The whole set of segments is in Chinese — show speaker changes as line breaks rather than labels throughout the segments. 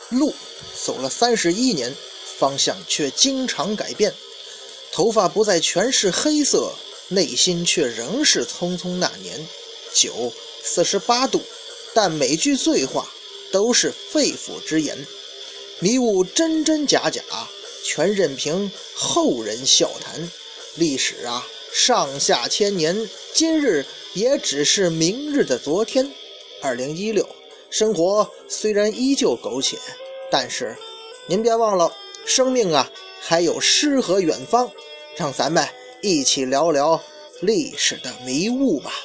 路走了31年，方向却经常改变。头发不再全是黑色，内心却仍是匆匆那年。酒48度，但每句醉话都是肺腑之言。迷雾真真假假，全任凭后人笑谈。历史啊，上下千年，今日也只是明日的昨天。2016，生活虽然依旧苟且，但是您别忘了，生命啊还有诗和远方。让咱们一起聊聊历史的迷雾吧。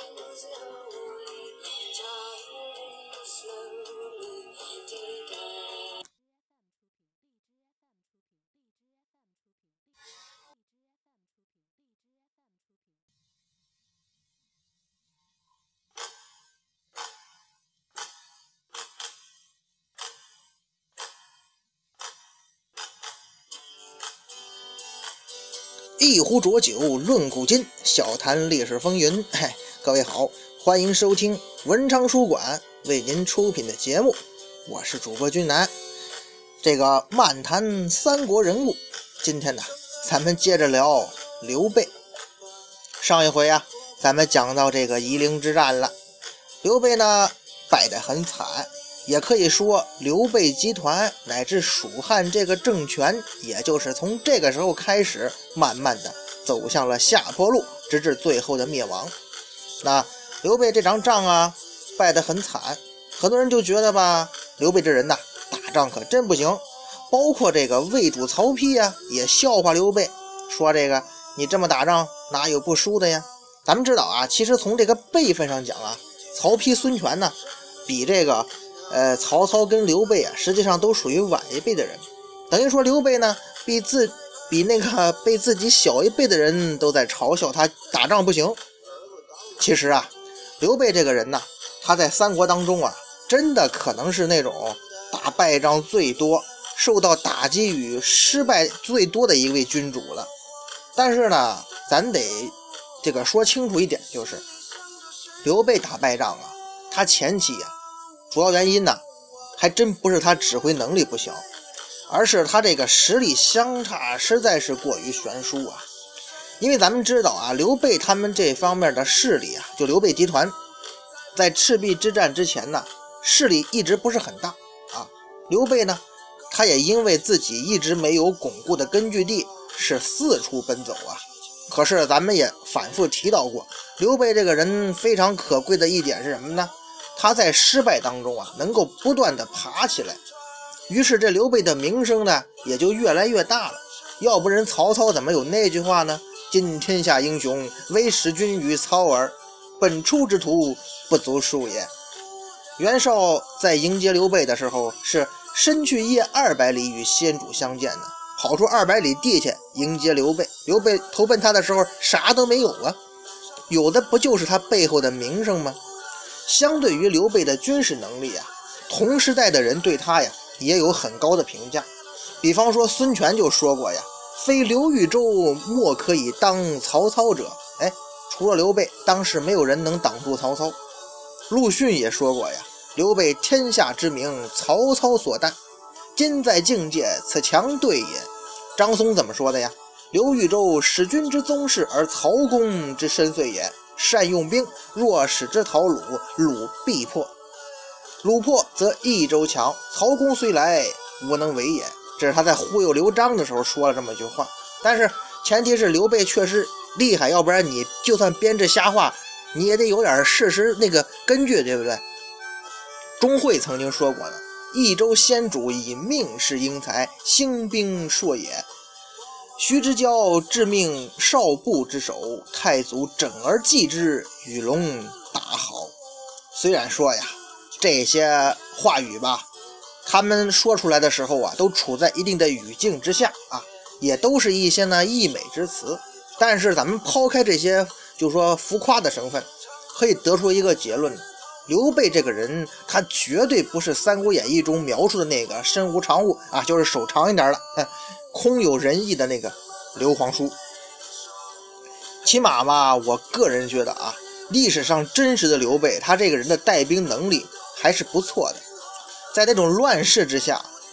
一壶浊酒论古今，笑谈历史风云。各位好，欢迎收听文昌书馆为您出品的节目，我是主播君南。这个漫谈三国人物，今天呢，咱们接着聊刘备。上一回啊，咱们讲到这个夷陵之战了，刘备呢败得很惨，也可以说刘备集团乃至蜀汉这个政权，也就是从这个时候开始慢慢的走向了下坡路，直至最后的灭亡。那刘备这场仗啊败得很惨，很多人就觉得吧，刘备这人呐打仗可真不行，包括这个魏主曹丕呀也笑话刘备，说这个你这么打仗哪有不输的呀。咱们知道啊，其实从这个辈分上讲啊，曹丕孙权呢比这个曹操跟刘备啊，实际上都属于晚一辈的人，等于说刘备呢，比那个被自己小一辈的人都在嘲笑他打仗不行。其实啊，刘备这个人呢，他在三国当中啊，真的可能是那种打败仗最多、受到打击与失败最多的一位君主了。但是呢，咱得这个说清楚一点，就是刘备打败仗啊，他前期啊，主要原因呢，还真不是他指挥能力不行，而是他这个实力相差实在是过于悬殊啊。因为咱们知道啊，刘备他们这方面的势力啊，就刘备集团在赤壁之战之前呢，势力一直不是很大啊。刘备呢，他也因为自己一直没有巩固的根据地，是四处奔走啊。可是咱们也反复提到过，刘备这个人非常可贵的一点是什么呢？他在失败当中啊，能够不断的爬起来，于是这刘备的名声呢也就越来越大了。要不然曹操怎么有那句话呢？今天下英雄，唯使君与操耳，本初之徒，不足数也。袁绍在迎接刘备的时候，是身去夜200里与先主相见呢，跑出200里地去迎接刘备。刘备投奔他的时候啥都没有啊，有的不就是他背后的名声吗？相对于刘备的军事能力啊，同时代的人对他呀也有很高的评价。比方说孙权就说过呀，非刘豫州莫可以当曹操者。除了刘备，当时没有人能挡住曹操。陆逊也说过呀，刘备天下之名，曹操所担，今在境界，此强对也。张松怎么说的呀？刘豫州使君之宗室，而曹公之深邃也。善用兵，若使之讨鲁，鲁必破。鲁破则益州强，曹公虽来，无能为也。这是他在忽悠刘璋的时候说了这么一句话。但是前提是刘备确实厉害，要不然你就算编这瞎话，你也得有点事实那个根据，对不对？钟会曾经说过呢，益州先主以命是英才，兴兵硕也。徐之交致命少部之首，太祖整而继之，与龙大好。虽然说呀，这些话语吧，他们说出来的时候啊，都处在一定的语境之下啊，也都是一些呢溢美之词。但是咱们抛开这些就说浮夸的成分，可以得出一个结论，刘备这个人他绝对不是《三国演义》中描述的那个身无长物啊，就是手长一点的空有仁义的那个刘皇叔。起码嘛，我个人觉得啊，历史上真实的刘备他这个人的带兵能力还是不错的。在那种乱世之下，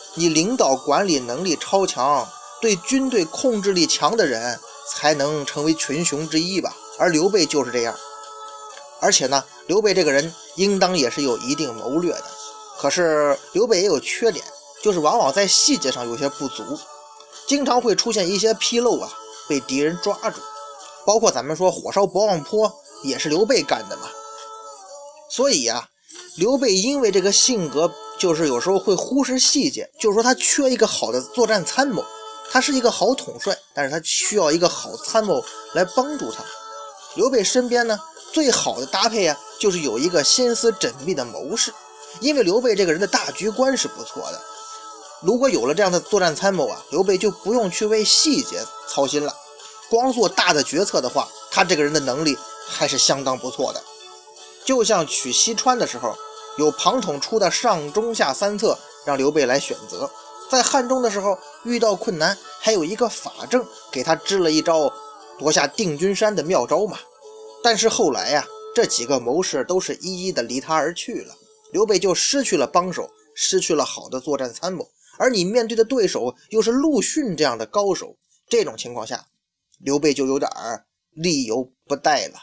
你领导管理能力超强，对军队控制力强的人才能成为群雄之一吧。而刘备就是这样。而且呢，刘备这个人应当也是有一定谋略的。可是刘备也有缺点，就是往往在细节上有些不足，经常会出现一些纰漏啊，被敌人抓住。包括咱们说火烧博望坡也是刘备干的嘛。所以啊，刘备因为这个性格，就是有时候会忽视细节，就是说他缺一个好的作战参谋。他是一个好统帅，但是他需要一个好参谋来帮助他。刘备身边呢，最好的搭配啊，就是有一个心思缜密的谋士。因为刘备这个人的大局观是不错的，如果有了这样的作战参谋啊，刘备就不用去为细节操心了。光做大的决策的话，他这个人的能力还是相当不错的。就像取西川的时候，有庞统出的上中下三策让刘备来选择。在汉中的时候遇到困难，还有一个法正给他支了一招夺下定军山的妙招嘛。但是后来呀，这几个谋士都是一一的离他而去了，刘备就失去了帮手，失去了好的作战参谋。而你面对的对手又是陆逊这样的高手，这种情况下，刘备就有点力有不逮了。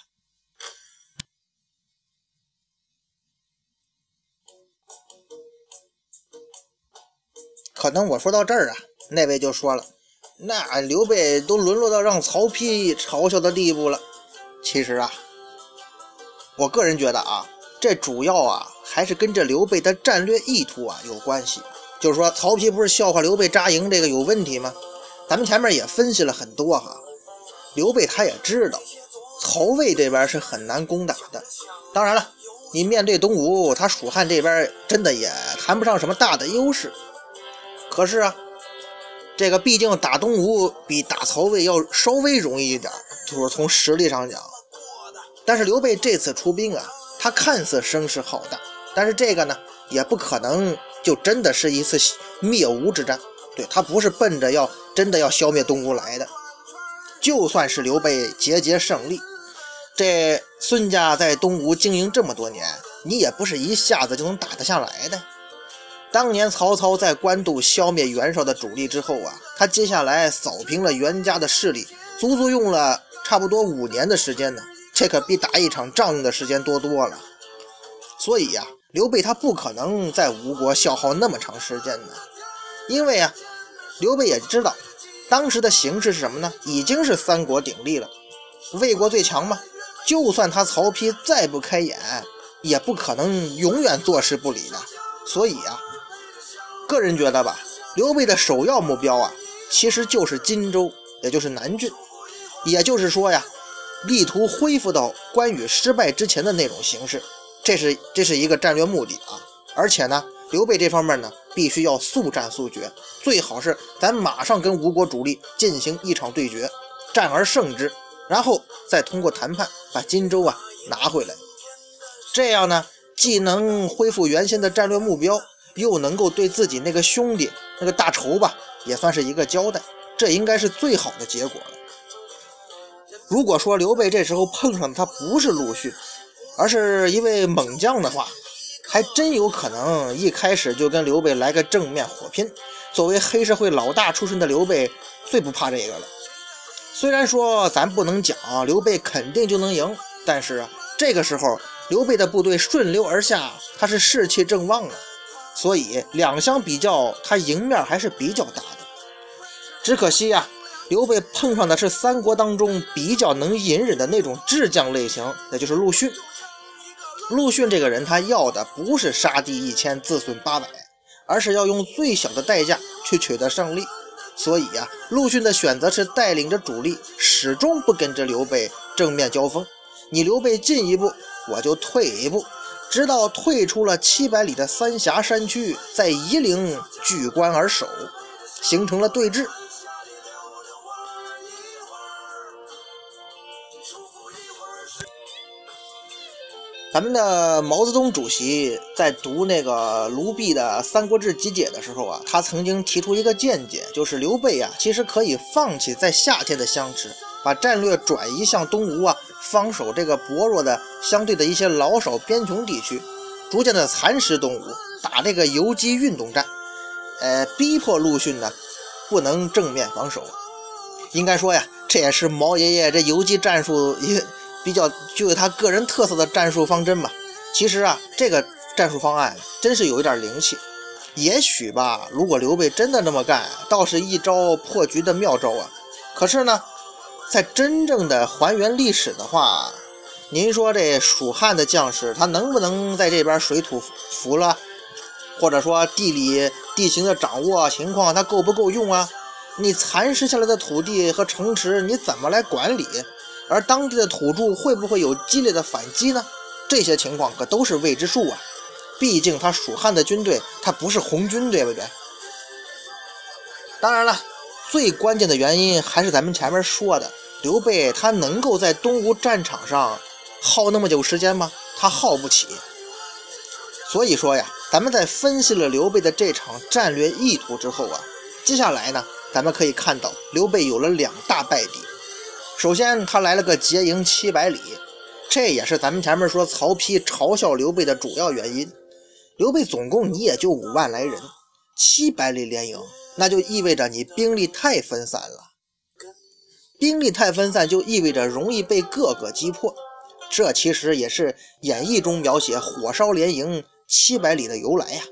可能我说到这儿啊，那位就说了，那刘备都沦落到让曹丕嘲笑的地步了。其实啊，我个人觉得啊，这主要啊还是跟这刘备的战略意图啊有关系。就是说曹丕不是笑话刘备扎营这个有问题吗？咱们前面也分析了很多哈，刘备他也知道曹魏这边是很难攻打的。当然了，你面对东吴，他蜀汉这边真的也谈不上什么大的优势。可是啊，这个毕竟打东吴比打曹魏要稍微容易一点，就是从实力上讲。但是刘备这次出兵啊，他看似声势浩大，但是这个呢也不可能就真的是一次灭吴之战。对，他不是奔着真的要消灭东吴来的。就算是刘备节节胜利，这孙家在东吴经营这么多年，你也不是一下子就能打得下来的。当年曹操在官渡消灭袁绍的主力之后啊，他接下来扫平了袁家的势力，足足用了差不多5年的时间呢，这可比打一场仗用的时间多多了。所以啊，刘备他不可能在吴国消耗那么长时间的。因为啊，刘备也知道当时的形势是什么呢？已经是三国鼎立了，魏国最强嘛，就算他曹丕再不开眼，也不可能永远坐视不理的。所以啊，个人觉得吧，刘备的首要目标啊，其实就是荆州，也就是南郡。也就是说呀，力图恢复到关羽失败之前的那种形势，这是一个战略目的啊。而且呢，刘备这方面呢，必须要速战速决，最好是咱马上跟吴国主力进行一场对决，战而胜之，然后再通过谈判把荆州啊拿回来。这样呢，既能恢复原先的战略目标，又能够对自己那个兄弟那个大仇吧，也算是一个交代，这应该是最好的结果了。如果说刘备这时候碰上的他不是陆逊，而是一位猛将的话，还真有可能一开始就跟刘备来个正面火拼。作为黑社会老大出身的刘备，最不怕这个了。虽然说咱不能讲刘备肯定就能赢，但是啊，这个时候刘备的部队顺流而下，他是士气正旺啊，所以两相比较，他赢面还是比较大的。只可惜啊，刘备碰上的是三国当中比较能隐忍的那种智将类型，那就是陆逊。陆逊这个人，他要的不是杀敌1000自损800，而是要用最小的代价去取得胜利。所以啊，陆逊的选择是带领着主力始终不跟着刘备正面交锋，你刘备进一步我就退一步，直到退出了700里的三峡山区，在夷陵据关而守，形成了对峙。咱们的毛泽东主席在读那个卢弼的《三国志集解》的时候啊，他曾经提出一个见解，就是刘备啊，其实可以放弃在夏天的相持，把战略转移向东吴啊，防守这个薄弱的相对的一些老少边穷地区，逐渐的蚕食东吴，打这个游击运动战。 逼迫陆逊呢不能正面防守。应该说呀，这也是毛爷爷这游击战术也比较具有他个人特色的战术方针吧。其实啊，这个战术方案真是有一点灵气。也许吧，如果刘备真的这么干，倒是一招破局的妙招啊。可是呢，在真正的还原历史的话，您说这蜀汉的将士他能不能在这边水土服了，或者说地形的掌握情况他够不够用啊？你蚕食下来的土地和城池你怎么来管理？而当地的土著会不会有激烈的反击呢？这些情况可都是未知数啊。毕竟他蜀汉的军队他不是红军，对不对？当然了，最关键的原因还是咱们前面说的，刘备他能够在东吴战场上耗那么久时间吗？他耗不起。所以说呀，咱们在分析了刘备的这场战略意图之后啊，接下来呢，咱们可以看到刘备有了2大败笔。首先他来了个结营700里，这也是咱们前面说曹丕嘲笑刘备的主要原因。刘备总共你也就5万来人，700里连营，那就意味着你兵力太分散了。兵力太分散就意味着容易被各个击破，这其实也是演义中描写火烧连营700里的由来呀。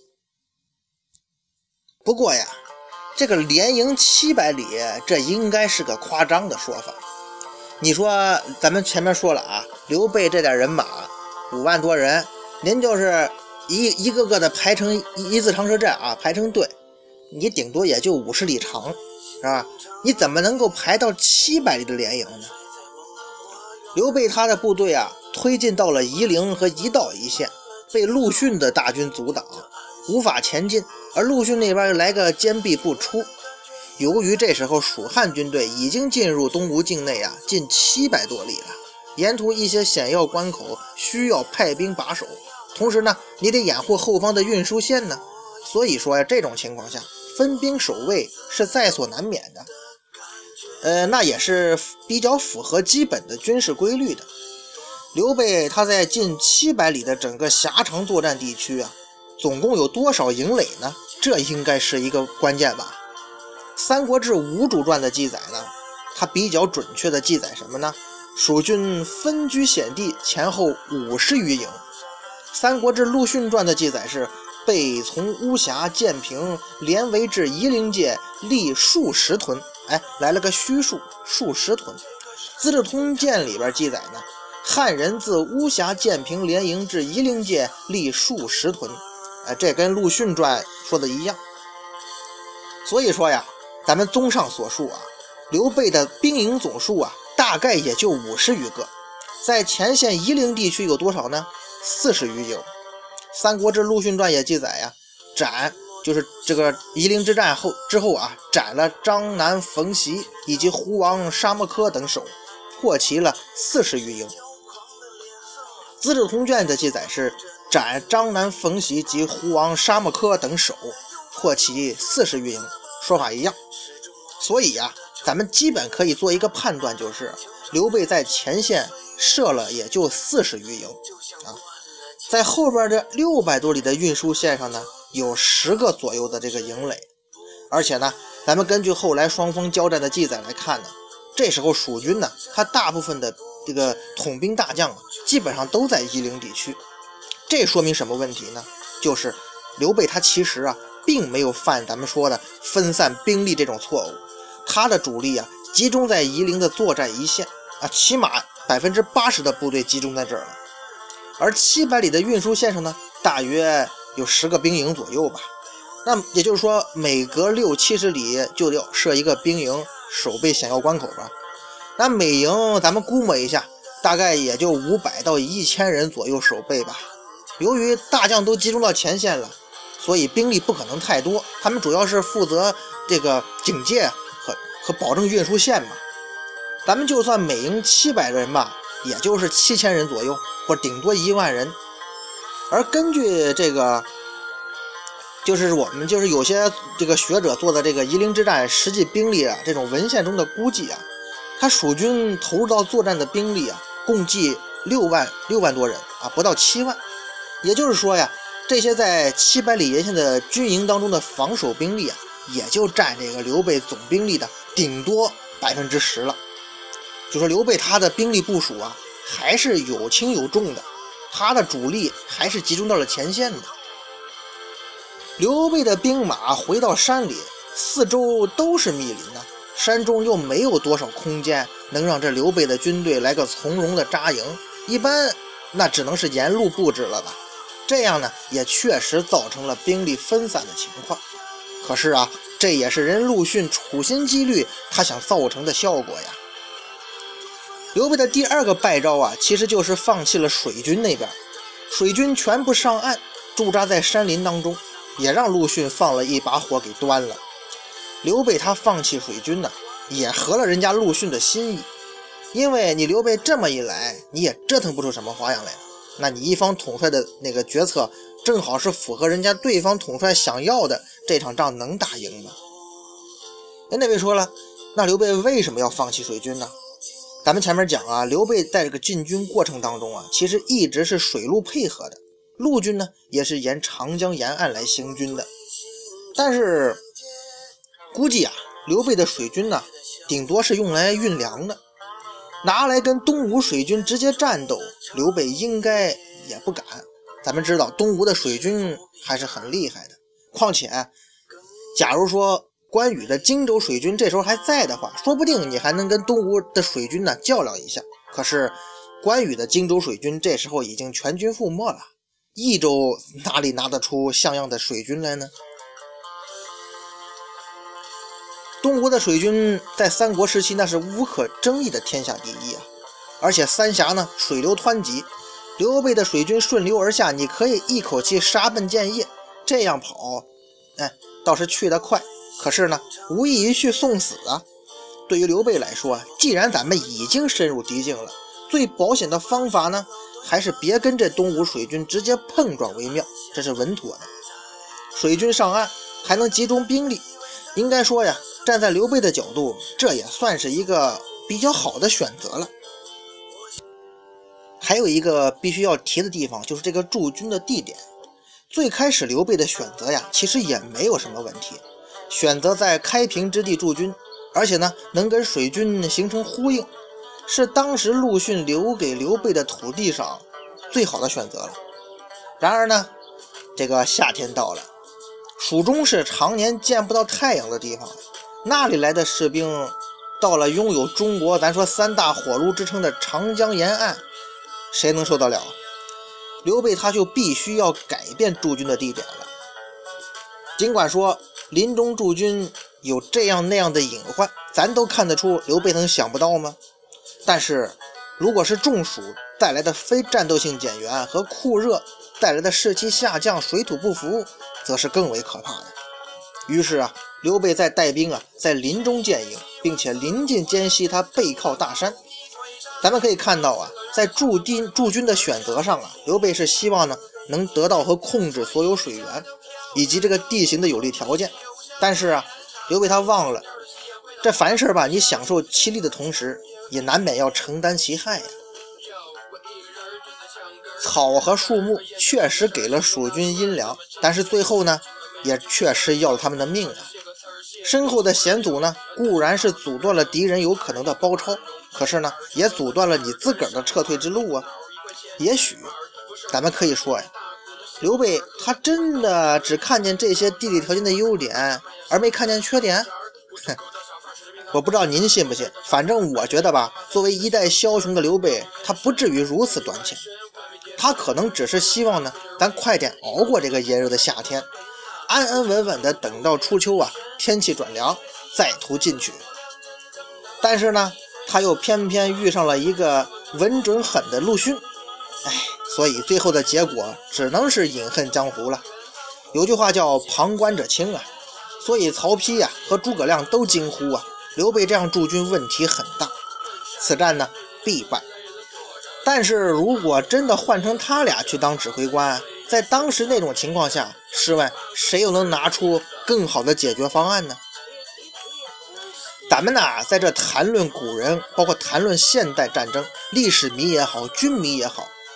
不过呀，这个连营700里，这应该是个夸张的说法。你说咱们前面说了啊，刘备这点人马5万多人，您就是一个个的排成一字长蛇阵啊，排成队，你顶多也就50里长，是吧？你怎么能够排到700里的连营呢？刘备他的部队啊，推进到了夷陵和夷道一线，被陆逊的大军阻挡，无法前进，而陆逊那边又来个坚壁不出。由于这时候蜀汉军队已经进入东吴境内啊，近700多里了，沿途一些险要关口需要派兵把守，同时呢，你得掩护后方的运输线呢。所以说呀，这种情况下，分兵守卫是在所难免的。那也是比较符合基本的军事规律的。刘备他在近700里的整个狭长作战地区啊，总共有多少营垒呢？这应该是一个关键吧。三国志吴主传的记载呢，它比较准确的记载什么呢？蜀军分居险地，前后50余营。三国志陆逊传的记载是被从巫峡建平，连围至夷陵界，立数十屯。来了个虚数，数十屯。资治通鉴里边记载呢，汉人自巫峡建平连营至夷陵界，立数十屯。这跟陆逊传说的一样。所以说呀，咱们综上所述啊，刘备的兵营总数啊，大概也就50余个。在前线夷陵地区有多少呢？40余营。三国志陆逊传也记载呀，就是这个夷陵之战之后啊，斩了张南、冯习以及胡王沙漠柯等首，破其了40余营。资治通鉴的记载是斩张南、冯习及胡王沙漠柯等首，破其40余营，说法一样。所以啊，咱们基本可以做一个判断，就是刘备在前线设了也就40余营啊，在后边的600多里的运输线上呢，有10个左右的这个营垒。而且呢，咱们根据后来双方交战的记载来看呢，这时候蜀军呢，他大部分的这个统兵大将基本上都在夷陵地区。这说明什么问题呢？就是刘备他其实啊，并没有犯咱们说的分散兵力这种错误，他的主力啊，集中在夷陵的作战一线啊，起码80%的部队集中在这儿了。而700里的运输线上呢，大约有10个兵营左右吧。那也就是说，每隔60-70里就要设一个兵营，守备险要关口吧。那每营咱们估摸一下，大概也就500到1000人左右守备吧。由于大将都集中到前线了，所以兵力不可能太多，他们主要是负责这个警戒和保证运输线嘛。咱们就算每营700人吧，也就是7000人左右，或顶多1万人。而根据这个就是我们有些这个学者做的这个夷陵之战实际兵力啊，这种文献中的估计啊，他蜀军投入到作战的兵力啊，共计6万多人啊，不到7万。也就是说呀， 这些在700里沿线的军营当中的防守兵力啊，也就占这个刘备总兵力的顶多10%了。就说刘备他的兵力部署啊，还是有轻有重的，他的主力还是集中到了前线的。刘备的兵马回到山里，四周都是密林啊，山中又没有多少空间能让这刘备的军队来个从容的扎营，一般那只能是沿路布置了吧。这样呢，也确实造成了兵力分散的情况。可是啊，这也是人陆逊处心积虑他想造成的效果呀。刘备的第二个败招啊，其实就是放弃了水军那边，水军全部上岸，驻扎在山林当中，也让陆逊放了一把火给端了。刘备他放弃水军呢，也合了人家陆逊的心意，因为你刘备这么一来，你也折腾不出什么花样来，那你一方统帅的那个决策正好是符合人家对方统帅想要的，这场仗能打赢吗？那位说了，那刘备为什么要放弃水军呢？咱们前面讲啊，刘备在这个进军过程当中啊，其实一直是水陆配合的，陆军呢也是沿长江沿岸来行军的。但是估计啊，刘备的水军呢，顶多是用来运粮的，拿来跟东吴水军直接战斗，刘备应该也不敢。咱们知道东吴的水军还是很厉害的，况且假如说关羽的荆州水军这时候还在的话，说不定你还能跟东吴的水军呢较量一下。可是关羽的荆州水军这时候已经全军覆没了，益州哪里拿得出像样的水军来呢？东吴的水军在三国时期那是无可争议的天下第一啊，而且三峡呢水流湍急，刘备的水军顺流而下，你可以一口气杀奔建业，这样跑倒是去得快，可是呢无异于去送死啊。对于刘备来说啊，既然咱们已经深入敌境了，最保险的方法呢，还是别跟这东吴水军直接碰撞为妙，这是稳妥的。水军上岸还能集中兵力，应该说呀，站在刘备的角度，这也算是一个比较好的选择了。还有一个必须要提的地方，就是这个驻军的地点。最开始刘备的选择呀，其实也没有什么问题，选择在开平之地驻军，而且呢能跟水军形成呼应，是当时陆逊留给刘备的土地上最好的选择了。然而呢，这个夏天到了，蜀中是常年见不到太阳的地方，那里来的士兵到了拥有中国咱说3大火炉之称的长江沿岸，谁能受得了？刘备他就必须要改变驻军的地点了。尽管说林中驻军有这样那样的隐患，咱都看得出刘备能想不到吗？但是如果是中暑带来的非战斗性减员和酷热带来的士气下降、水土不服，则是更为可怕的。于是啊，刘备在带兵啊，在林中建营，并且临近间隙，他背靠大山。咱们可以看到啊，在驻军的选择上啊，刘备是希望呢能得到和控制所有水源以及这个地形的有利条件。但是啊，刘备他忘了，这凡事吧，你享受其利的同时，也难免要承担其害呀。草和树木确实给了蜀军阴粮，但是最后呢，也确实要了他们的命啊。身后的险阻呢，固然是阻断了敌人有可能的包抄，可是呢，也阻断了你自个儿的撤退之路啊。也许咱们可以说呀，刘备他真的只看见这些地理条件的优点，而没看见缺点。我不知道您信不信，反正我觉得吧，作为一代枭雄的刘备，他不至于如此短浅。他可能只是希望呢，咱快点熬过这个炎热的夏天，安安稳稳的等到初秋啊，天气转凉，再图进取。但是呢，他又偏偏遇上了一个稳准狠的陆逊，所以最后的结果只能是饮恨江湖了。有句话叫旁观者清啊，所以曹丕啊和诸葛亮都惊呼啊，刘备这样驻军问题很大，此战呢必败。但是如果真的换成他俩去当指挥官，在当时那种情况下，试问谁又能拿出更好的解决方案呢？咱们呢在这谈论古人，包括谈论现代战争，历史迷也好，军迷也好，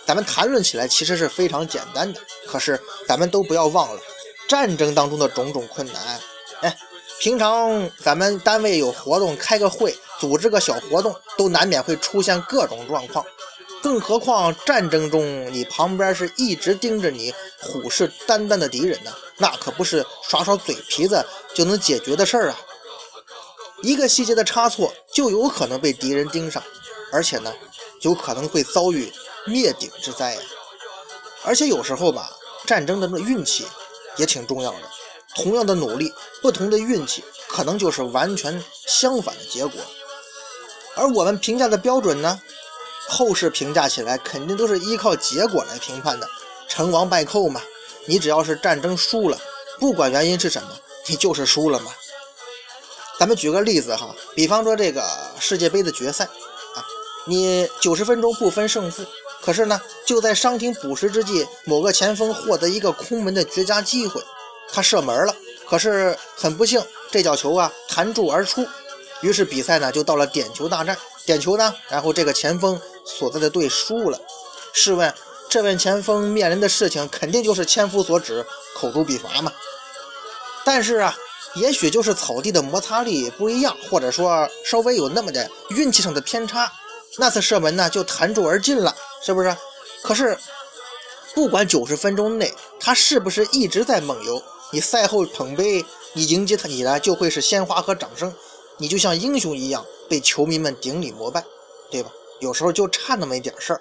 咱们谈论起来其实是非常简单的，可是咱们都不要忘了战争当中的种种困难。平常咱们单位有活动，开个会，组织个小活动，都难免会出现各种状况，更何况战争中你旁边是一直盯着你虎视眈眈的敌人呢，那可不是耍耍嘴皮子就能解决的事儿啊。一个细节的差错就有可能被敌人盯上，而且呢有可能会遭遇灭顶之灾呀。而且有时候吧，战争的运气也挺重要的，同样的努力，不同的运气可能就是完全相反的结果。而我们评价的标准呢，后世评价起来肯定都是依靠结果来评判的，成王败寇嘛。你只要是战争输了，不管原因是什么，你就是输了嘛。咱们举个例子哈，比方说这个世界杯的决赛啊，你90分钟不分胜负，可是呢就在伤停补时之际，某个前锋获得一个空门的绝佳机会，他射门了，可是很不幸这脚球啊弹柱而出，于是比赛呢就到了点球大战。点球呢，然后这个前锋所在的队输了。试问这位前锋面临的事情肯定就是千夫所指，口诛笔伐嘛。但是啊，也许就是草地的摩擦力不一样，或者说稍微有那么点运气上的偏差，那次射门呢就弹柱而进了，是不是？可是不管90分钟内他是不是一直在梦游，你赛后捧杯，你迎接他起来就会是鲜花和掌声，你就像英雄一样被球迷们顶礼膜拜，对吧？有时候就差那么一点事儿。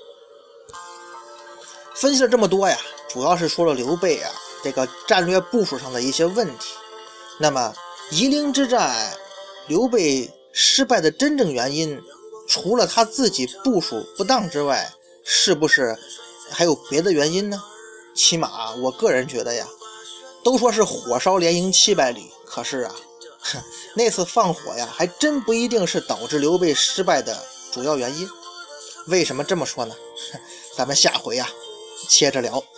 分析了这么多呀，主要是说了刘备啊这个战略部署上的一些问题。那么夷陵之战刘备失败的真正原因，除了他自己部署不当之外，是不是还有别的原因呢？起码我个人觉得呀，都说是火烧连营700里，可是啊那次放火呀还真不一定是导致刘备失败的主要原因。为什么这么说呢？咱们下回呀接着聊。